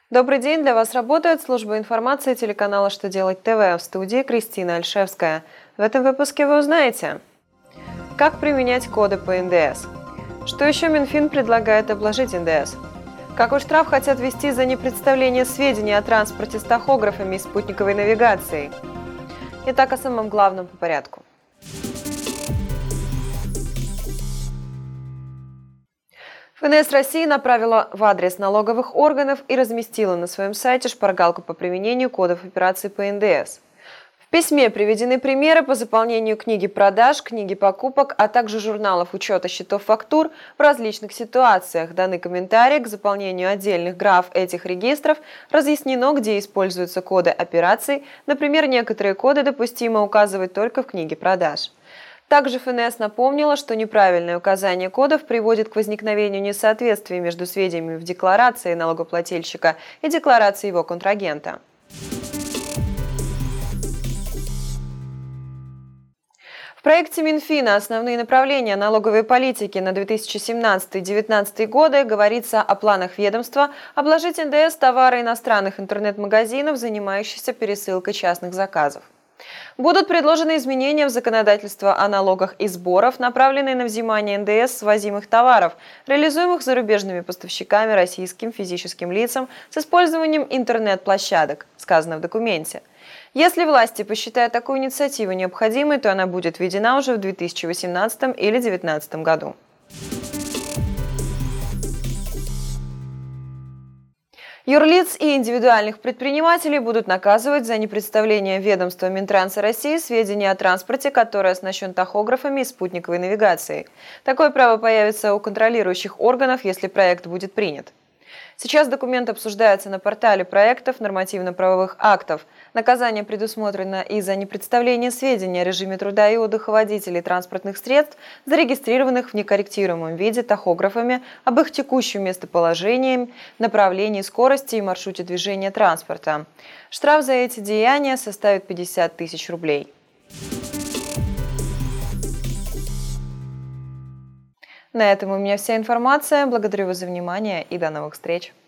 Добрый день, для вас работает служба информации телеканала «Что делать ТВ», в студии Кристина Альшевская. В этом выпуске вы узнаете, как применять коды по НДС, что еще Минфин предлагает обложить НДС, какой штраф хотят ввести за непредставление сведений о транспорте с тахографами и спутниковой навигацией. Итак, о самом главном по порядку. ФНС России направила в адрес налоговых органов и разместила на своем сайте шпаргалку по применению кодов операций по НДС. В письме приведены примеры по заполнению книги продаж, книги покупок, а также журналов учета счетов фактур в различных ситуациях. Даны комментарии к заполнению отдельных граф этих регистров, разъяснено, где используются коды операций. Например, некоторые коды допустимо указывать только в книге продаж. Также ФНС напомнила, что неправильное указание кодов приводит к возникновению несоответствий между сведениями в декларации налогоплательщика и декларацией его контрагента. В проекте Минфина «Основные направления налоговой политики на 2017-2019 годы» говорится о планах ведомства обложить НДС товары иностранных интернет-магазинов, занимающихся пересылкой частных заказов. Будут предложены изменения в законодательство о налогах и сборах, направленные на взимание НДС с ввозимых товаров, реализуемых зарубежными поставщиками российским физическим лицам с использованием интернет-площадок, сказано в документе. Если власти посчитают такую инициативу необходимой, то она будет введена уже в 2018 или 2019 году. Юрлиц и индивидуальных предпринимателей будут наказывать за непредставление ведомства Минтранса России сведений о транспорте, который оснащен тахографами и спутниковой навигацией. Такое право появится у контролирующих органов, если проект будет принят. Сейчас документ обсуждается на портале проектов нормативно-правовых актов. Наказание предусмотрено и за непредставление сведений о режиме труда и отдыха водителей транспортных средств, зарегистрированных в некорректируемом виде тахографами, об их текущем местоположении, направлении скорости и маршруте движения транспорта. Штраф за эти деяния составит 50 тысяч рублей. На этом у меня вся информация. Благодарю вас за внимание и до новых встреч.